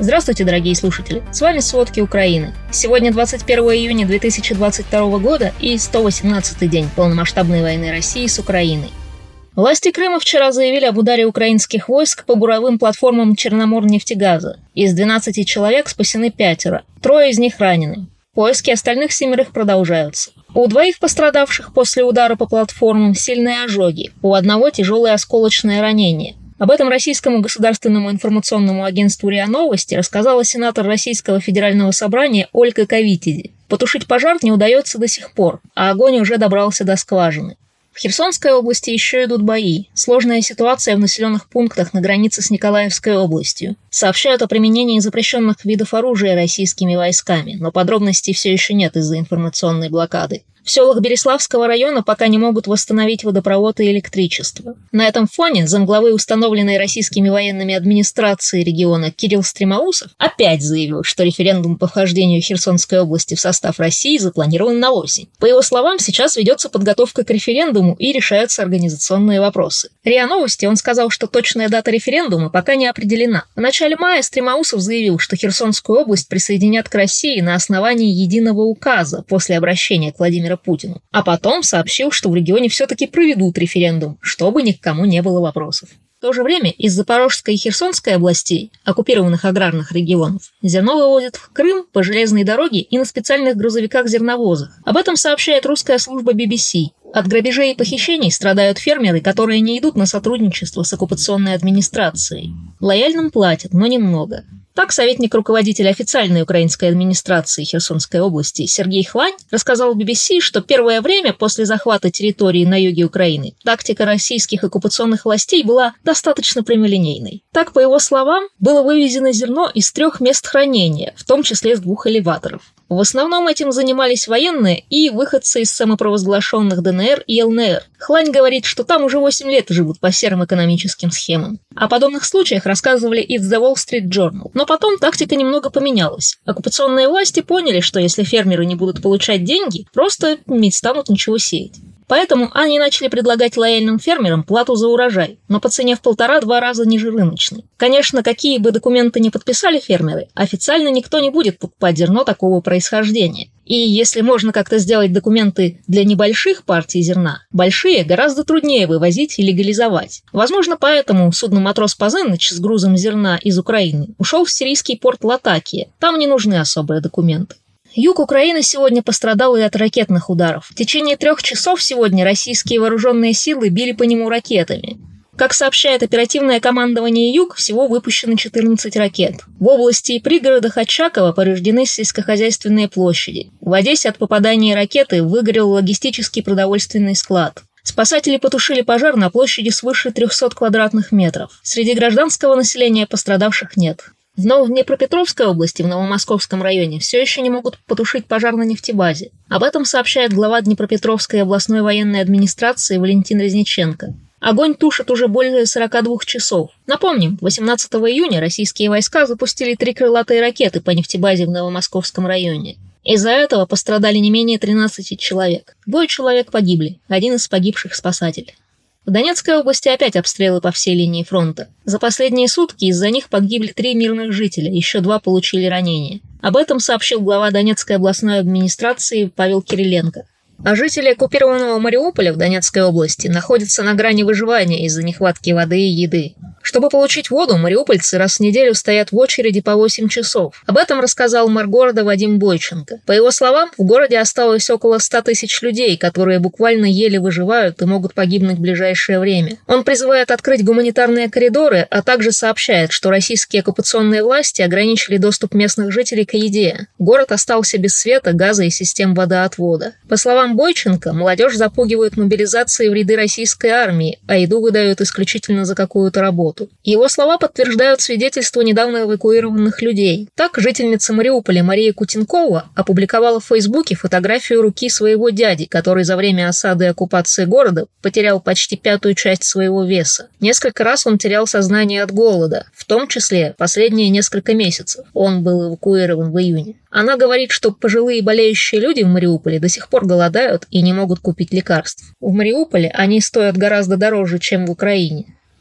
Здравствуйте, дорогие слушатели! С вами «Сводки Украины». Сегодня 21 июня 2022 года и 118-й день полномасштабной войны России с Украиной. Власти Крыма вчера заявили об ударе украинских войск по буровым платформам Черноморнефтегаза. Из 12 человек спасены 5, 3 из них ранены. Поиски остальных 7 продолжаются. У 2 пострадавших после удара по платформам сильные ожоги, у одного тяжелое осколочное ранение. Об этом российскому государственному информационному агентству РИА Новости рассказала сенатор Российского федерального собрания Ольга Кавитиди. Потушить пожар не удается до сих пор, а огонь уже добрался до скважины. В Херсонской области еще идут бои. Сложная ситуация в населенных пунктах на границе с Николаевской областью. Сообщают о применении запрещенных видов оружия российскими войсками, но подробностей все еще нет из-за информационной блокады. В селах Береславского района пока не могут восстановить водопровод и электричество. На этом фоне замглавы установленной российскими военными администрации региона Кирилл Стремоусов опять заявил, что референдум по вхождению Херсонской области в состав России запланирован на осень. По его словам, сейчас ведется подготовка к референдуму и решаются организационные вопросы. РИА Новости он сказал, что точная дата референдума пока не определена. В начале мая Стремоусов заявил, что Херсонскую область присоединят к России на основании единого указа после обращения к Владимиру Путину. А потом сообщил, что в регионе все-таки проведут референдум, чтобы ни к кому не было вопросов. В то же время из Запорожской и Херсонской областей, оккупированных аграрных регионов, зерно вывозят в Крым по железной дороге и на специальных грузовиках-зерновозах. Об этом сообщает русская служба BBC. От грабежей и похищений страдают фермеры, которые не идут на сотрудничество с оккупационной администрацией. Лояльным платят, но немного. Так, советник руководителя официальной украинской администрации Херсонской области Сергей Хлань рассказал BBC, что первое время после захвата территории на юге Украины тактика российских оккупационных властей была достаточно прямолинейной. Так, по его словам, было вывезено зерно из 3 мест хранения, в том числе с 2 элеваторов. В основном этим занимались военные и выходцы из самопровозглашенных ДНР и ЛНР. Хлань говорит, что там уже 8 лет живут по серым экономическим схемам. О подобных случаях рассказывали и в The Wall Street Journal. Но потом тактика немного поменялась. Оккупационные власти поняли, что если фермеры не будут получать деньги, просто не станут ничего сеять. Поэтому они начали предлагать лояльным фермерам плату за урожай, но по цене в 1,5-2 раза ниже рыночной. Конечно, какие бы документы ни подписали фермеры, официально никто не будет покупать зерно такого происхождения. И если можно как-то сделать документы для небольших партий зерна, большие гораздо труднее вывозить и легализовать. Возможно, поэтому судно-матрос Пазыныч с грузом зерна из Украины ушел в сирийский порт Латакия. Там не нужны особые документы. Юг Украины сегодня пострадал и от ракетных ударов. В течение 3 часов сегодня российские вооруженные силы били по нему ракетами. Как сообщает оперативное командование «Юг», всего выпущено 14 ракет. В области и пригородах Очакова повреждены сельскохозяйственные площади. В Одессе от попадания ракеты выгорел логистический продовольственный склад. Спасатели потушили пожар на площади свыше 300 квадратных метров. Среди гражданского населения пострадавших нет. В Днепропетровской области, в Новомосковском районе, все еще не могут потушить пожар на нефтебазе. Об этом сообщает глава Днепропетровской областной военной администрации Валентин Резниченко. Огонь тушит уже более 42 часов. Напомним, 18 июня российские войска запустили 3 крылатые ракеты по нефтебазе в Новомосковском районе. Из-за этого пострадали не менее 13 человек. 2 человек погибли, 1 из погибших спасатель. В Донецкой области опять обстрелы по всей линии фронта. За последние сутки из-за них погибли 3 мирных жителя, еще 2 получили ранения. Об этом сообщил глава Донецкой областной администрации Павел Кириленко. А жители оккупированного Мариуполя в Донецкой области находятся на грани выживания из-за нехватки воды и еды. Чтобы получить воду, мариупольцы раз в неделю стоят в очереди по 8 часов. Об этом рассказал мэр города Вадим Бойченко. По его словам, в городе осталось около 100 тысяч людей, которые буквально еле выживают и могут погибнуть в ближайшее время. Он призывает открыть гуманитарные коридоры, а также сообщает, что российские оккупационные власти ограничили доступ местных жителей к еде. Город остался без света, газа и систем водоотвода. По словам Бойченко, молодежь запугивают мобилизацией в ряды российской армии, а еду выдают исключительно за какую-то работу. Его слова подтверждают свидетельства недавно эвакуированных людей. Так, жительница Мариуполя Мария Кутенкова опубликовала в Фейсбуке фотографию руки своего дяди, который за время осады и оккупации города потерял почти 1/5 часть своего веса. Несколько раз он терял сознание от голода, в том числе последние несколько месяцев. Он был эвакуирован в июне. Она говорит, что пожилые болеющие люди в Мариуполе до сих пор голодают и не могут купить лекарств. В Мариуполе они стоят гораздо дороже, чем в Украине.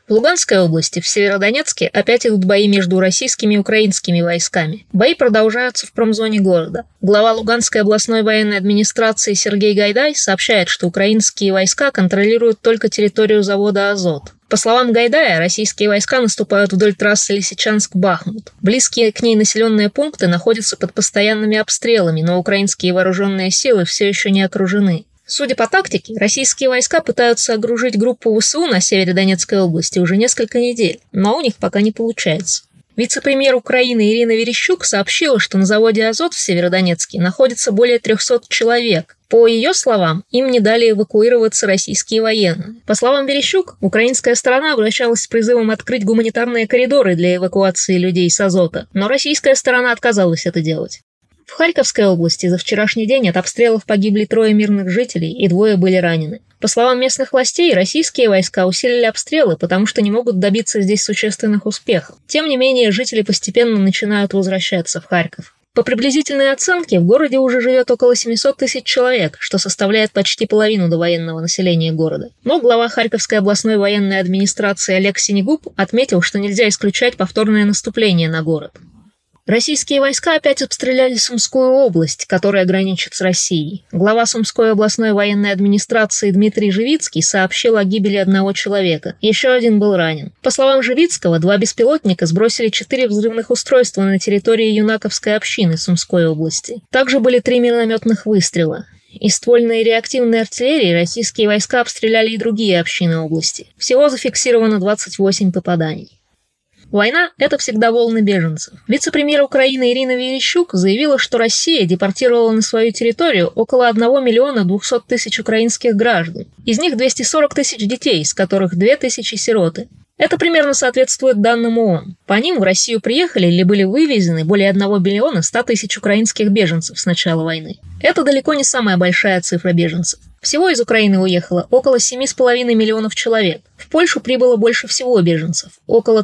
В Луганской области, в Северодонецке, опять идут бои между российскими и украинскими войсками. Бои продолжаются в промзоне города. Глава Луганской областной военной администрации Сергей Гайдай сообщает, что украинские войска контролируют только территорию завода «Азот». По словам Гайдая, российские войска наступают вдоль трассы Лисичанск-Бахмут. Близкие к ней населенные пункты находятся под постоянными обстрелами, но украинские вооруженные силы все еще не окружены. Судя по тактике, российские войска пытаются окружить группу ВСУ на севере Донецкой области уже несколько недель, но у них пока не получается. Вице-премьер Украины Ирина Верещук сообщила, что на заводе «Азот» в Северодонецке находится более 300 человек. По ее словам, им не дали эвакуироваться российские военные. По словам Верещук, украинская сторона обращалась с призывом открыть гуманитарные коридоры для эвакуации людей с «Азота», но российская сторона отказалась это делать. В Харьковской области за вчерашний день от обстрелов погибли 3 мирных жителей и 2 были ранены. По словам местных властей, российские войска усилили обстрелы, потому что не могут добиться здесь существенных успехов. Тем не менее, жители постепенно начинают возвращаться в Харьков. По приблизительной оценке, в городе уже живет около 700 тысяч человек, что составляет почти половину довоенного населения города. Но глава Харьковской областной военной администрации Олег Синегуб отметил, что нельзя исключать повторное наступление на город. Российские войска опять обстреляли Сумскую область, которая граничит с Россией. Глава Сумской областной военной администрации Дмитрий Живицкий сообщил о гибели 1 человека. Еще 1 был ранен. По словам Живицкого, 2 беспилотника сбросили 4 взрывных устройства на территории Юнаковской общины Сумской области. Также были 3 минометных выстрела. Из ствольной и реактивной артиллерии российские войска обстреляли и другие общины области. Всего зафиксировано 28 попаданий. Война – это всегда волны беженцев. Вице-премьер Украины Ирина Верещук заявила, что Россия депортировала на свою территорию около 1 миллиона 200 тысяч украинских граждан. Из них 240 тысяч детей, из которых 2000 сироты. Это примерно соответствует данным ООН. По ним в Россию приехали или были вывезены более 1 миллиона 100 тысяч украинских беженцев с начала войны. Это далеко не самая большая цифра беженцев. Всего из Украины уехало около 7,5 миллионов человек. В Польшу прибыло больше всего беженцев – около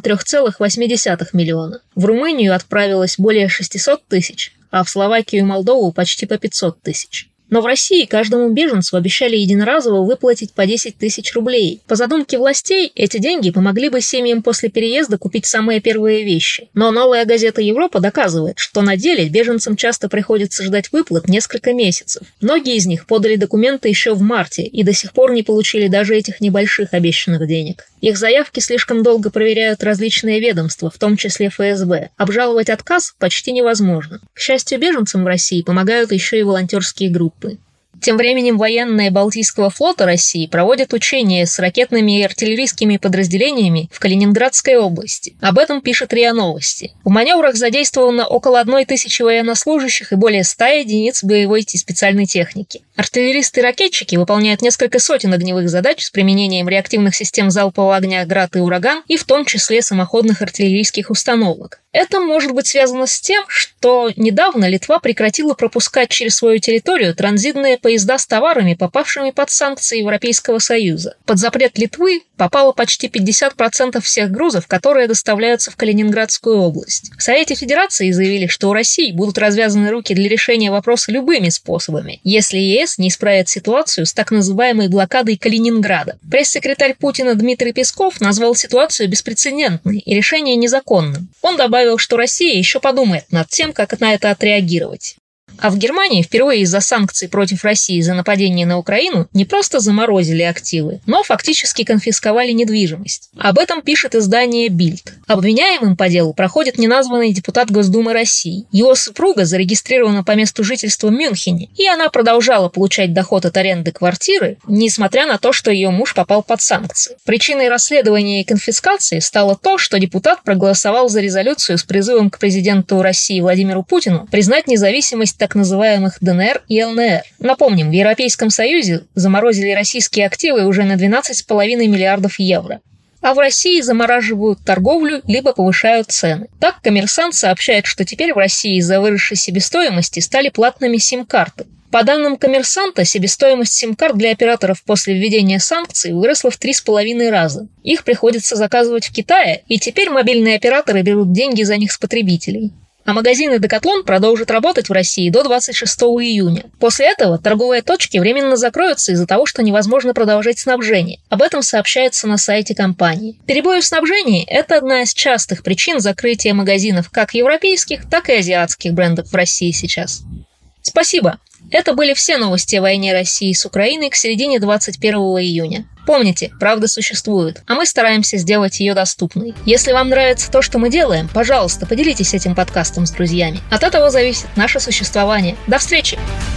3,8 миллиона. В Румынию отправилось более 600 тысяч, а в Словакию и Молдову почти по 500 тысяч. Но в России каждому беженцу обещали единоразово выплатить по 10 тысяч рублей. По задумке властей, эти деньги помогли бы семьям после переезда купить самые первые вещи. Но новая газета «Европа» доказывает, что на деле беженцам часто приходится ждать выплат несколько месяцев. Многие из них подали документы еще в марте и до сих пор не получили даже этих небольших обещанных денег. Их заявки слишком долго проверяют различные ведомства, в том числе ФСБ. Обжаловать отказ почти невозможно. К счастью, беженцам в России помогают еще и волонтерские группы. Тем временем военные Балтийского флота России проводят учения с ракетными и артиллерийскими подразделениями в Калининградской области. Об этом пишет РИА Новости. В маневрах задействовано около 1000 военнослужащих и более 100 единиц боевой и специальной техники. Артиллеристы и ракетчики выполняют несколько сотен огневых задач с применением реактивных систем залпового огня «Град» и «Ураган» и в том числе самоходных артиллерийских установок. Это может быть связано с тем, что недавно Литва прекратила пропускать через свою территорию транзитные поезда с товарами, попавшими под санкции Европейского Союза. Под запрет Литвы попало почти 50% всех грузов, которые доставляются в Калининградскую область. В Совете Федерации заявили, что у России будут развязаны руки для решения вопроса любыми способами, если ЕС не исправит ситуацию с так называемой блокадой Калининграда. Пресс-секретарь Путина Дмитрий Песков назвал ситуацию беспрецедентной и решение незаконным. Он добавил, что Россия еще подумает над тем, как на это отреагировать. А в Германии впервые из-за санкций против России за нападение на Украину не просто заморозили активы, но фактически конфисковали недвижимость. Об этом пишет издание Bild. Обвиняемым по делу проходит неназванный депутат Госдумы России. Его супруга зарегистрирована по месту жительства в Мюнхене, и она продолжала получать доход от аренды квартиры, несмотря на то, что ее муж попал под санкции. Причиной расследования и конфискации стало то, что депутат проголосовал за резолюцию с призывом к президенту России Владимиру Путину признать независимость так называемых ДНР и ЛНР. Напомним, в Европейском Союзе заморозили российские активы уже на 12,5 миллиардов евро. А в России замораживают торговлю, либо повышают цены. Так, «Коммерсант» сообщает, что теперь в России из-за выросшей себестоимости стали платными сим-карты. По данным «Коммерсанта», себестоимость сим-карт для операторов после введения санкций выросла в 3,5 раза. Их приходится заказывать в Китае, и теперь мобильные операторы берут деньги за них с потребителей. А магазины Decathlon продолжат работать в России до 26 июня. После этого торговые точки временно закроются из-за того, что невозможно продолжать снабжение. Об этом сообщается на сайте компании. Перебои в снабжении – это одна из частых причин закрытия магазинов как европейских, так и азиатских брендов в России сейчас. Спасибо! Это были все новости о войне России с Украиной к середине 21 июня. Помните, правда существует, а мы стараемся сделать ее доступной. Если вам нравится то, что мы делаем, пожалуйста, поделитесь этим подкастом с друзьями. От этого зависит наше существование. До встречи!